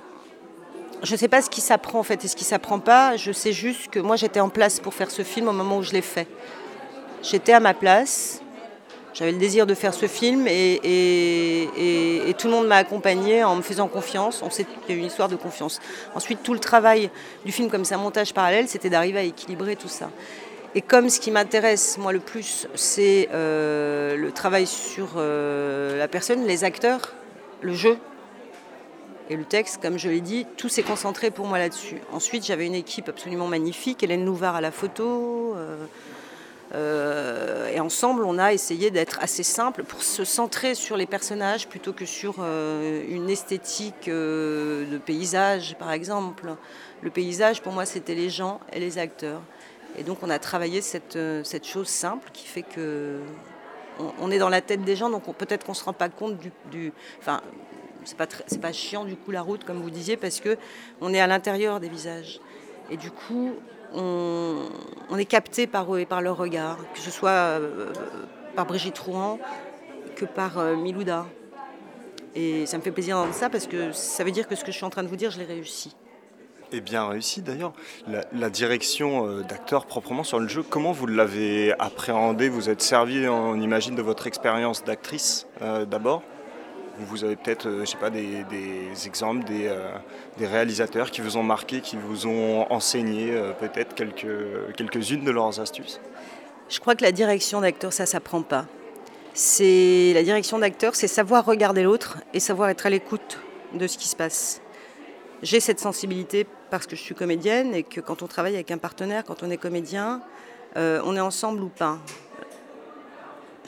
P: Je ne sais pas ce qui s'apprend en fait et ce qui ne s'apprend pas. Je sais juste que moi j'étais en place pour faire ce film au moment où je l'ai fait. J'étais à ma place, j'avais le désir de faire ce film et, et, et, et tout le monde m'a accompagnée en me faisant confiance. On sait qu'il y a eu une histoire de confiance. Ensuite, tout le travail du film comme c'est un montage parallèle, c'était d'arriver à équilibrer tout ça. Et comme ce qui m'intéresse moi le plus, c'est euh, le travail sur euh, la personne, les acteurs, le jeu. Et le texte, comme je l'ai dit, tout s'est concentré pour moi là-dessus. Ensuite, j'avais une équipe absolument magnifique, Hélène Louvard à la photo. Euh, euh, et ensemble, on a essayé d'être assez simple pour se centrer sur les personnages plutôt que sur euh, une esthétique euh, de paysage, par exemple. Le paysage, pour moi, c'était les gens et les acteurs. Et donc, on a travaillé cette, cette chose simple qui fait que on, on est dans la tête des gens, donc on, peut-être qu'on ne se rend pas compte du... du enfin, C'est pas, très, c'est pas chiant du coup la route comme vous disiez parce que on est à l'intérieur des visages et du coup on, on est capté par eux et par leur regard, que ce soit euh, par Brigitte Rouen que par euh, Milouda, et ça me fait plaisir d'entendre ça parce que ça veut dire que ce que je suis en train de vous dire je l'ai réussi.
O: Et bien réussi d'ailleurs. La, la direction euh, d'acteur proprement sur le jeu, comment vous l'avez appréhendé? Vous êtes servi, on imagine, de votre expérience d'actrice euh, d'abord. Vous avez peut-être, euh, je sais pas, des, des exemples, des, euh, des réalisateurs qui vous ont marqué, qui vous ont enseigné euh, peut-être quelques, quelques-unes de leurs astuces?
P: Je crois que la direction d'acteur, ça ne s'apprend pas. C'est, la direction d'acteur, c'est savoir regarder l'autre et savoir être à l'écoute de ce qui se passe. J'ai cette sensibilité parce que je suis comédienne et que quand on travaille avec un partenaire, quand on est comédien, euh, on est ensemble ou pas. Je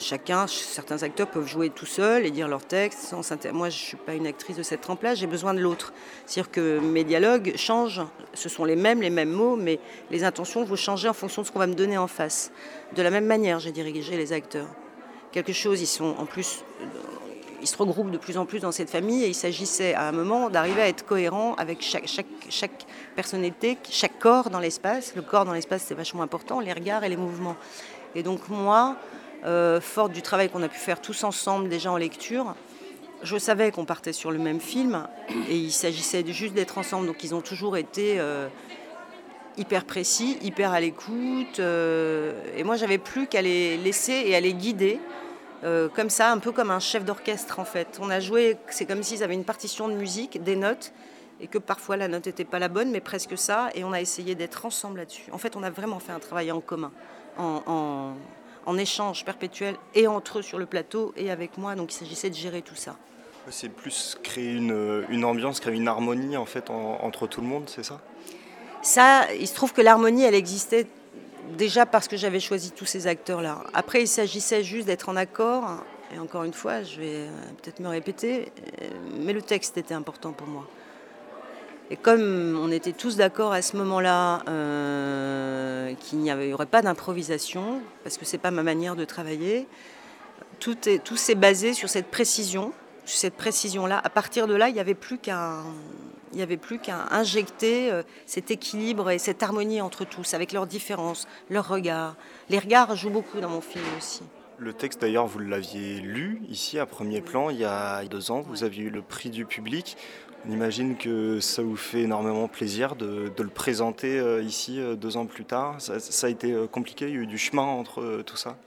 P: chacun, certains acteurs peuvent jouer tout seuls et dire leurs textes. Sans s'intér- Moi, je ne suis pas une actrice de cette trempe-là, j'ai besoin de l'autre. C'est-à-dire que mes dialogues changent, ce sont les mêmes, les mêmes mots, mais les intentions vont changer en fonction de ce qu'on va me donner en face. De la même manière, j'ai dirigé les acteurs. Quelque chose, ils sont en plus... Ils se regroupent de plus en plus dans cette famille et il s'agissait à un moment d'arriver à être cohérent avec chaque, chaque, chaque personnalité, chaque corps dans l'espace. Le corps dans l'espace, c'est vachement important, les regards et les mouvements. Et donc moi, euh, forte du travail qu'on a pu faire tous ensemble déjà en lecture, je savais qu'on partait sur le même film et il s'agissait juste d'être ensemble. Donc ils ont toujours été euh, hyper précis, hyper à l'écoute. Euh, et moi, j'avais plus qu'à les laisser et à les guider. Euh, comme ça, un peu comme un chef d'orchestre en fait. On a joué, c'est comme s'ils avaient une partition de musique, des notes, et que parfois la note n'était pas la bonne, mais presque ça, et on a essayé d'être ensemble là-dessus. En fait, on a vraiment fait un travail en commun, en, en, en échange perpétuel, et entre eux sur le plateau, et avec moi, donc il s'agissait de gérer tout ça.
O: C'est plus créer une, une ambiance, créer une harmonie en fait en, entre tout le monde, c'est ça ?
P: Ça, il se trouve que l'harmonie, elle existait déjà parce que j'avais choisi tous ces acteurs-là. Après, il s'agissait juste d'être en accord. Et encore une fois, je vais peut-être me répéter, mais le texte était important pour moi. Et comme on était tous d'accord à ce moment-là euh, qu'il n'y avait, aurait pas d'improvisation, parce que c'est pas ma manière de travailler, tout, est, tout s'est basé sur cette précision, sur cette précision-là. À partir de là, il n'y avait plus qu'à... Il n'y avait plus qu'à injecter euh, cet équilibre et cette harmonie entre tous, avec leurs différences, leurs regards. Les regards jouent beaucoup dans mon film aussi.
O: Le texte, d'ailleurs, vous l'aviez lu ici à Premier Plan il y a deux ans. Vous aviez eu le prix du public. On imagine que ça vous fait énormément plaisir de, de le présenter euh, ici euh, deux ans plus tard. Ça, ça a été compliqué, il y a eu du chemin entre euh, tout ça.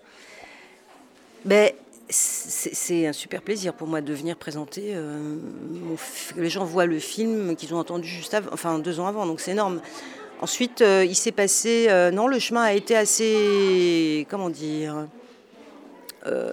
P: Ben, C'est, c'est un super plaisir pour moi de venir présenter. Euh, mon, les gens voient le film qu'ils ont entendu juste avant, enfin deux ans avant, donc c'est énorme. Ensuite, euh, il s'est passé. Euh, non, le chemin a été assez. Comment dire euh,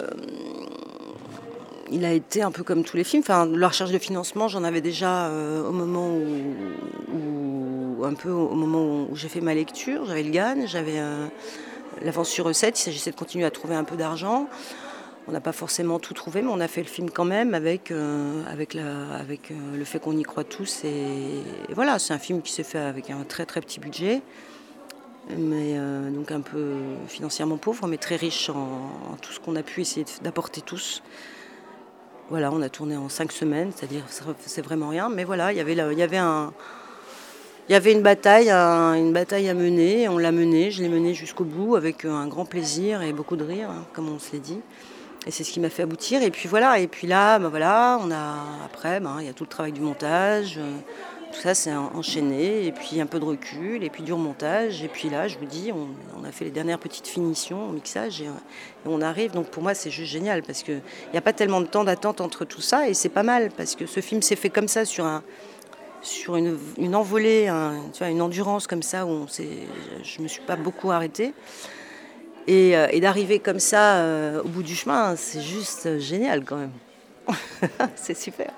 P: Il a été un peu comme tous les films. Enfin, la recherche de financement, j'en avais déjà euh, au moment où, où. un peu au moment où j'ai fait ma lecture. J'avais le G A N, j'avais euh, l'avance sur recette. Il s'agissait de continuer à trouver un peu d'argent. On n'a pas forcément tout trouvé, mais on a fait le film quand même avec, euh, avec, la, avec euh, le fait qu'on y croit tous. Et, et voilà, c'est un film qui s'est fait avec un très très petit budget, mais euh, donc un peu financièrement pauvre, mais très riche en, en tout ce qu'on a pu essayer d'apporter tous. Voilà, on a tourné en cinq semaines, c'est-à-dire c'est vraiment rien, mais voilà, il y avait, là, il y avait un... Il y avait une bataille, un, une bataille à mener, on l'a menée, je l'ai menée jusqu'au bout avec un grand plaisir et beaucoup de rire, hein, comme on se l'est dit. Et c'est ce qui m'a fait aboutir. Et puis voilà, et puis là, ben voilà, on a après, ben, il y a tout le travail du montage, euh, tout ça c'est enchaîné, et puis un peu de recul, et puis du remontage. Et puis là, je vous dis, on, on a fait les dernières petites finitions au mixage, et, et on arrive. Donc pour moi, c'est juste génial, parce qu'il n'y a pas tellement de temps d'attente entre tout ça, et c'est pas mal, parce que ce film s'est fait comme ça, sur un... sur une, une envolée, un, tu vois, une endurance comme ça, où on s'est, je ne me suis pas beaucoup arrêtée. Et, euh, et d'arriver comme ça euh, au bout du chemin, c'est juste génial quand même. C'est super.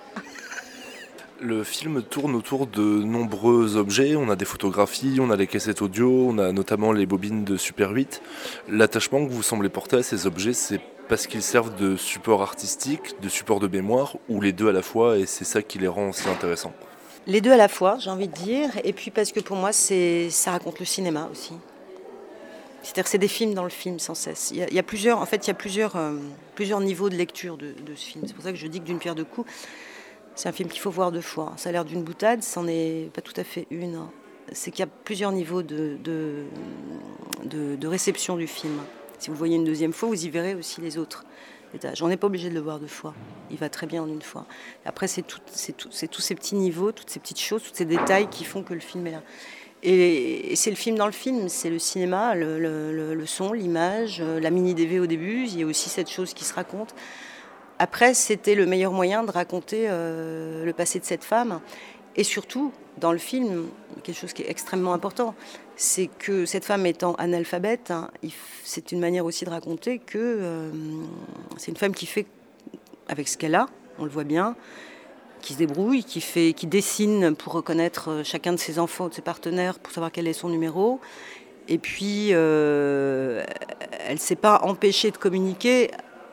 N: Le film tourne autour de nombreux objets. On a des photographies, on a les cassettes audio, on a notamment les bobines de Super huit. L'attachement que vous semblez porter à ces objets, c'est parce qu'ils servent de support artistique, de support de mémoire, ou les deux à la fois, et c'est ça qui les rend aussi intéressants?
P: Les deux à la fois, j'ai envie de dire, et puis parce que pour moi, c'est, ça raconte le cinéma aussi. C'est-à-dire que c'est des films dans le film sans cesse. Il y a, il y a plusieurs, en fait, il y a plusieurs, euh, plusieurs niveaux de lecture de, de ce film. C'est pour ça que je dis que d'une pierre deux coups, c'est un film qu'il faut voir deux fois. Ça a l'air d'une boutade, c'en est pas tout à fait une. C'est qu'il y a plusieurs niveaux de, de, de, de réception du film. Si vous le voyez une deuxième fois, vous y verrez aussi les autres étages. On n'est pas obligé de le voir deux fois. Il va très bien en une fois. Après, c'est, tout, c'est, tout, c'est tous ces petits niveaux, toutes ces petites choses, tous ces détails qui font que le film est là. Et, et c'est le film dans le film, c'est le cinéma, le, le, le son, l'image, la mini-D V au début. Il y a aussi cette chose qui se raconte. Après, c'était le meilleur moyen de raconter euh, le passé de cette femme. Et surtout, dans le film, quelque chose qui est extrêmement important, c'est que cette femme étant analphabète, hein, c'est une manière aussi de raconter que euh, c'est une femme qui fait avec ce qu'elle a, on le voit bien, qui se débrouille, qui, fait, qui dessine pour reconnaître chacun de ses enfants ou de ses partenaires, pour savoir quel est son numéro. Et puis, euh, elle ne s'est pas empêchée de communiquer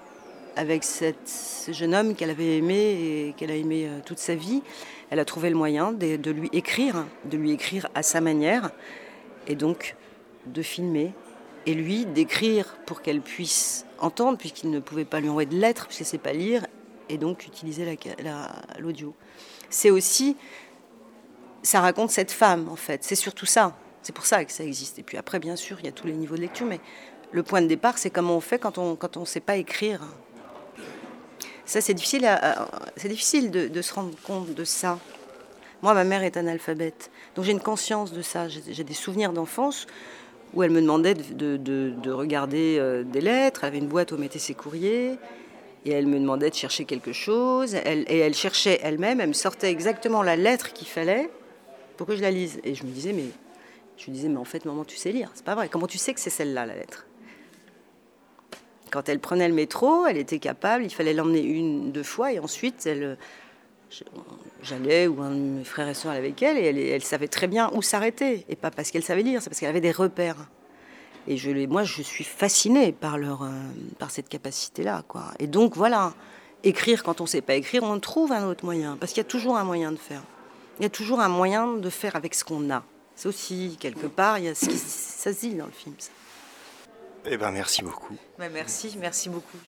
P: avec cette, ce jeune homme qu'elle avait aimé et qu'elle a aimé euh, toute sa vie. Elle a trouvé le moyen de, de lui écrire, de lui écrire à sa manière, et donc de filmer. Et lui, d'écrire pour qu'elle puisse entendre, puisqu'il ne pouvait pas lui envoyer de lettres, puisqu'elle ne sait pas lire, et donc utiliser la, la, l'audio. C'est aussi... Ça raconte cette femme, en fait. C'est surtout ça. C'est pour ça que ça existe. Et puis après, bien sûr, il y a tous les niveaux de lecture, mais le point de départ, c'est comment on fait quand on quand on sait pas écrire. Ça, c'est difficile, à, c'est difficile de, de se rendre compte de ça. Moi, ma mère est analphabète, donc j'ai une conscience de ça. J'ai, j'ai des souvenirs d'enfance où elle me demandait de, de, de, de regarder euh, des lettres. Elle avait une boîte où elle mettait ses courriers. Et elle me demandait de chercher quelque chose. Elle, et elle cherchait elle-même. Elle me sortait exactement la lettre qu'il fallait pour que je la lise. Et je me disais, mais... Je lui disais, mais en fait, maman, tu sais lire. C'est pas vrai. Comment tu sais que c'est celle-là, la lettre ? Quand elle prenait le métro, elle était capable. Il fallait l'emmener une, deux fois. Et ensuite, elle, j'allais, ou un de mes frères et sœurs allait avec elle. Et elle, elle savait très bien où s'arrêter. Et pas parce qu'elle savait lire, c'est parce qu'elle avait des repères. Et je, moi, je suis fascinée par, leur, euh, par cette capacité-là, quoi. Et donc, voilà. Écrire quand on ne sait pas écrire, on trouve un autre moyen. Parce qu'il y a toujours un moyen de faire. Il y a toujours un moyen de faire avec ce qu'on a. C'est aussi, quelque part, il y a ce qui, ça se dit dans le film. Ça.
O: Eh ben, merci beaucoup.
P: Ben, merci, merci beaucoup.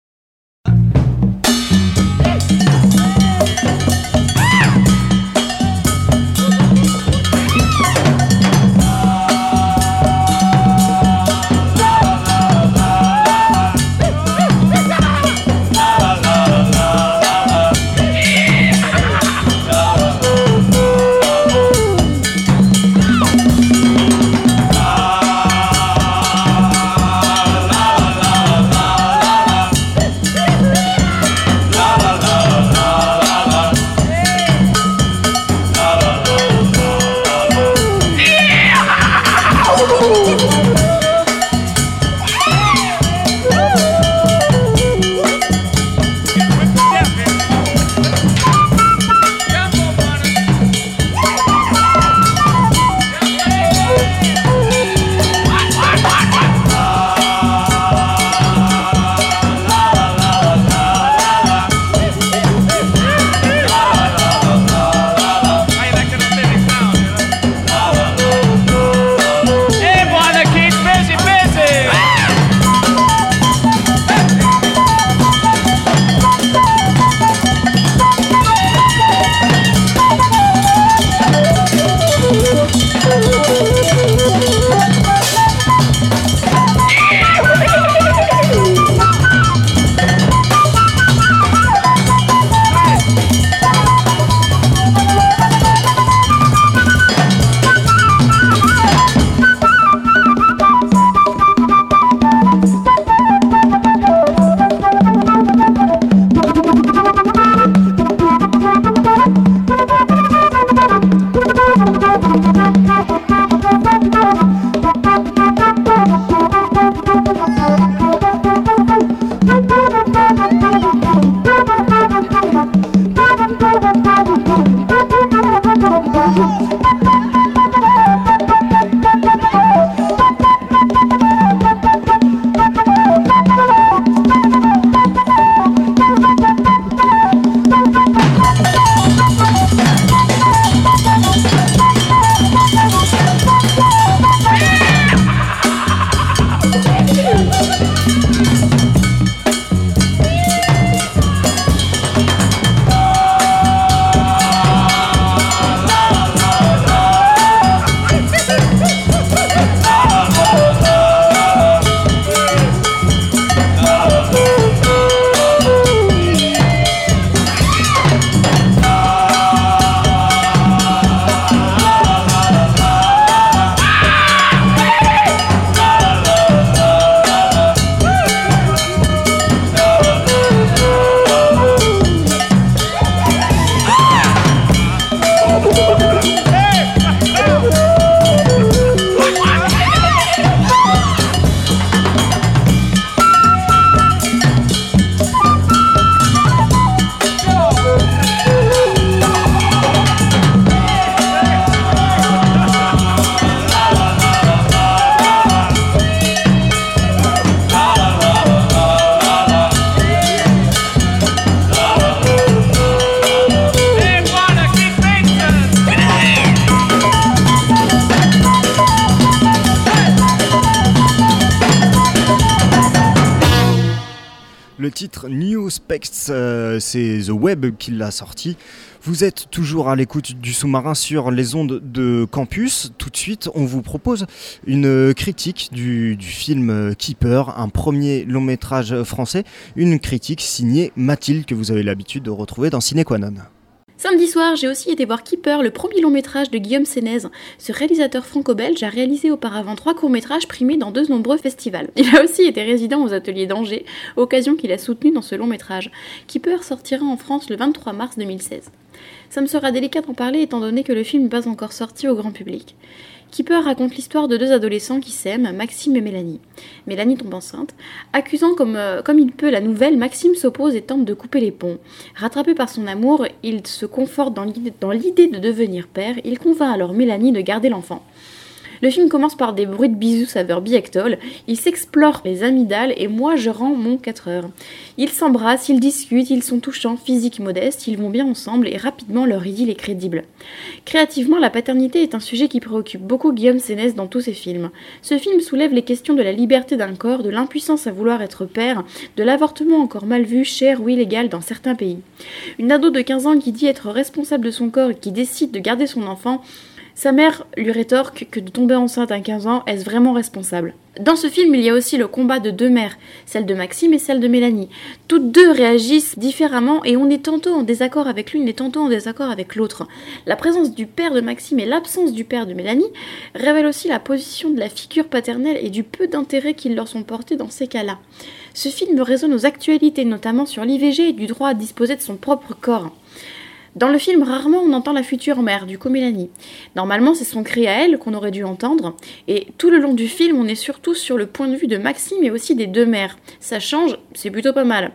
F: Le titre New Specs, euh, c'est The Web qui l'a sorti. Vous êtes toujours à l'écoute du sous-marin sur les ondes de campus. Tout de suite, on vous propose une critique du, du film Keeper, un premier long métrage français. Une critique signée Mathilde, que vous avez l'habitude de retrouver dans Ciné Qua Non.
H: Samedi soir, j'ai aussi été voir Keeper, le premier long métrage de Guillaume Sénez. Ce réalisateur franco-belge a réalisé auparavant trois courts-métrages primés dans de nombreux festivals. Il a aussi été résident aux ateliers d'Angers, occasion qu'il a soutenu dans ce long métrage. Keeper sortira en France le vingt-trois mars deux mille seize. Ça me sera délicat d'en parler étant donné que le film n'est pas encore sorti au grand public. Keeper raconte l'histoire de deux adolescents qui s'aiment, Maxime et Mélanie. Mélanie tombe enceinte. Accusant comme, euh, comme il peut la nouvelle, Maxime s'oppose et tente de couper les ponts. Rattrapé par son amour, il se conforte dans l'idée, dans l'idée de devenir père. Il convainc alors Mélanie de garder l'enfant. Le film commence par des bruits de bisous saveur Biactol, ils s'explorent les amygdales et moi je rends mon quatre heures. Ils s'embrassent, ils discutent, ils sont touchants, physiques, modestes, ils vont bien ensemble et rapidement leur idylle est crédible. Créativement, la paternité est un sujet qui préoccupe beaucoup Guillaume Sénez dans tous ses films. Ce film soulève les questions de la liberté d'un corps, de l'impuissance à vouloir être père, de l'avortement encore mal vu, cher ou illégal dans certains pays. Une ado de quinze ans qui dit être responsable de son corps et qui décide de garder son enfant. Sa mère lui rétorque que de tomber enceinte à quinze ans, est-ce vraiment responsable ? Dans ce film, il y a aussi le combat de deux mères, celle de Maxime et celle de Mélanie. Toutes deux réagissent différemment et on est tantôt en désaccord avec l'une et tantôt en désaccord avec l'autre. La présence du père de Maxime et l'absence du père de Mélanie révèlent aussi la position de la figure paternelle et du peu d'intérêt qu'ils leur sont portés dans ces cas-là. Ce film résonne aux actualités, notamment sur l'I V G et du droit à disposer de son propre corps. Dans le film, rarement on entend la future mère, du coup Mélanie. Normalement, c'est son cri à elle qu'on aurait dû entendre, et tout le long du film, on est surtout sur le point de vue de Maxime et aussi des deux mères. Ça change, c'est plutôt pas mal.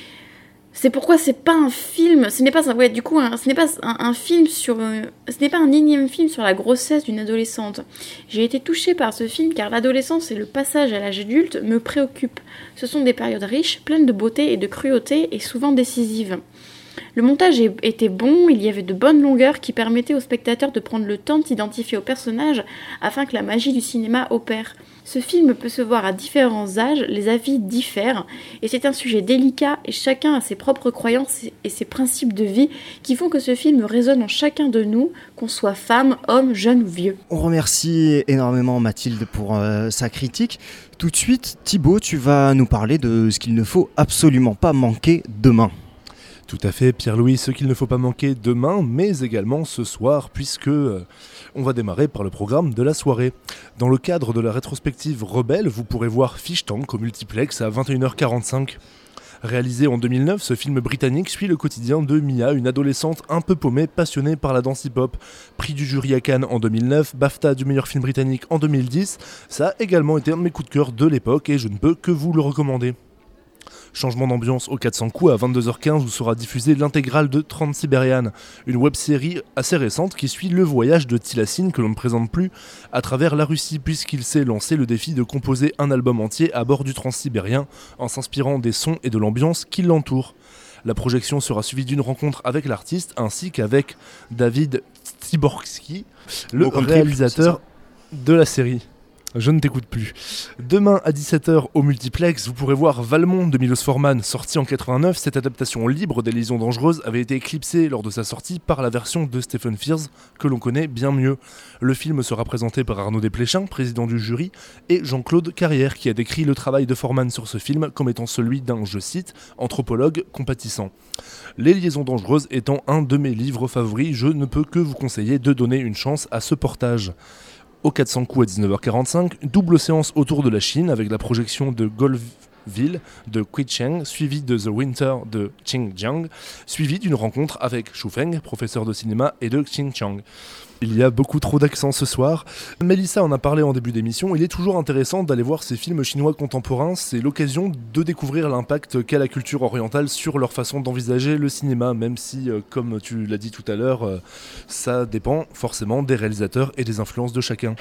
H: C'est pourquoi c'est pas un film, ce n'est pas un, ouais, du coup, un, ce n'est pas un, un film sur, euh, ce n'est pas un énième film sur la grossesse d'une adolescente. J'ai été touchée par ce film car l'adolescence et le passage à l'âge adulte me préoccupent. Ce sont des périodes riches, pleines de beauté et de cruauté et souvent décisives. Le montage était bon, il y avait de bonnes longueurs qui permettaient aux spectateurs de prendre le temps de s'identifier aux personnages afin que la magie du cinéma opère. Ce film peut se voir à différents âges, les avis diffèrent et c'est un sujet délicat et chacun a ses propres croyances et ses principes de vie qui font que ce film résonne en chacun de nous, qu'on soit femme, homme, jeune ou vieux.
F: On remercie énormément Mathilde pour euh, sa critique. Tout de suite, Thibaut, tu vas nous parler de ce qu'il ne faut absolument pas manquer demain.
N: Tout à fait, Pierre-Louis, ce qu'il ne faut pas manquer demain, mais également ce soir, puisque euh, on va démarrer par le programme de la soirée. Dans le cadre de la rétrospective Rebelle, vous pourrez voir Fish Tank au multiplex à vingt et une heures quarante-cinq. Réalisé en deux mille neuf, ce film britannique suit le quotidien de Mia, une adolescente un peu paumée, passionnée par la danse hip-hop. Prix du jury à Cannes en deux mille neuf, BAFTA du meilleur film britannique en deux mille dix, ça a également été un de mes coups de cœur de l'époque et je ne peux que vous le recommander. Changement d'ambiance au quatre cents coups, à vingt-deux heures quinze où sera diffusée l'intégrale de Transsibérian, une web-série assez récente qui suit le voyage de Tilassine, que l'on ne présente plus, à travers la Russie puisqu'il s'est lancé le défi de composer un album entier à bord du Transsibérien en s'inspirant des sons et de l'ambiance qui l'entourent. La projection sera suivie d'une rencontre avec l'artiste ainsi qu'avek David Styborski, le réalisateur de la série. Je ne t'écoute plus. Demain à dix-sept heures au multiplex, vous pourrez voir Valmont de Milos Forman, sorti en quatre-vingt-neuf. Cette adaptation libre des Liaisons dangereuses avait été éclipsée lors de sa sortie par la version de Stephen Frears, que l'on connaît bien mieux. Le film sera présenté par Arnaud Desplechin, président du jury, et Jean-Claude Carrière, qui a décrit le travail de Forman sur ce film comme étant celui d'un, je cite, anthropologue compatissant. Les Liaisons dangereuses étant un de mes livres favoris, je ne peux que vous conseiller de donner une chance à ce portage. Au quatre cents coups à dix-neuf heures quarante-cinq, double séance autour de la Chine avec la projection de Golfville de Kui Cheng, suivi de The Winter de Xinjiang, suivi d'une rencontre avec Xu Feng, professeur de cinéma, et de Xinjiang. Il y a beaucoup trop d'accents ce soir. Mélissa en a parlé en début d'émission, il est toujours intéressant d'aller voir ces films chinois contemporains, c'est l'occasion de découvrir l'impact qu'a la culture orientale sur leur façon d'envisager le cinéma, même si, euh, comme tu l'as dit tout à l'heure, euh, ça dépend forcément des réalisateurs et des influences de chacun.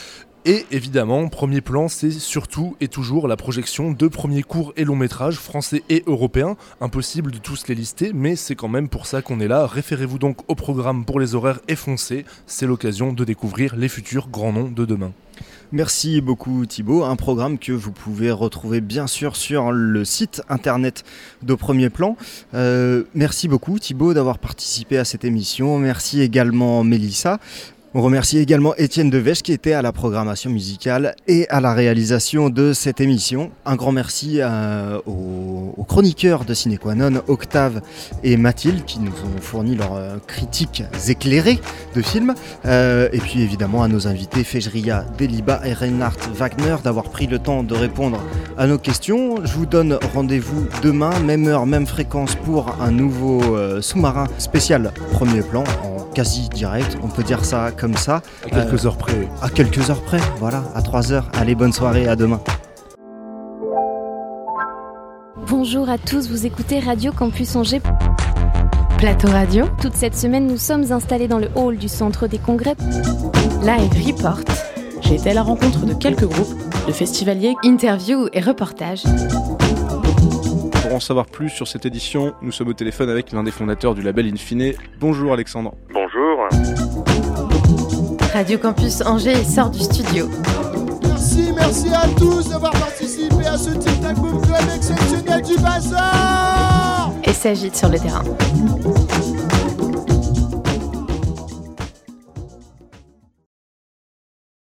N: Et évidemment, premier plan, c'est surtout et toujours la projection de premiers courts et longs métrages français et européens. Impossible de tous les lister, mais c'est quand même pour ça qu'on est là. Référez-vous donc au programme pour les horaires et foncez, c'est l'occasion de découvrir les futurs grands noms de demain.
F: Merci beaucoup Thibaut, un programme que vous pouvez retrouver bien sûr sur le site internet d'Au Premier Plan. Euh, merci beaucoup Thibaut d'avoir participé à cette émission, merci également Mélissa. On remercie également Étienne Devèche qui était à la programmation musicale et à la réalisation de cette émission. Un grand merci euh, aux, aux chroniqueurs de Ciné Qua Non, Octave et Mathilde qui nous ont fourni leurs euh, critiques éclairées de films. Euh, et puis évidemment à nos invités Fejria Deliba et Reinhard Wagner d'avoir pris le temps de répondre à nos questions. Je vous donne rendez-vous demain, même heure, même fréquence pour un nouveau euh, sous-marin spécial Premier Plan en quasi direct, on peut dire ça comme ça.
N: À quelques euh, heures près.
F: À quelques heures près, voilà, à trois heures. Allez, bonne soirée, à demain.
A: Bonjour à tous, vous écoutez Radio Campus Angers. Plateau Radio. Toute cette semaine, nous sommes installés dans le hall du centre des congrès.
B: Live Report. J'ai été à la rencontre de quelques groupes, de festivaliers,
A: interviews et reportages.
C: Pour en savoir plus sur cette édition, nous sommes au téléphone avec l'un des fondateurs du label Infine. Bonjour Alexandre.
Q: Bonjour.
A: Radio Campus Angers sort du studio.
E: Merci, merci à tous d'avoir participé à ce Tic Tac Boom Club exceptionnel du Bazar.
A: Et s'agite sur le terrain.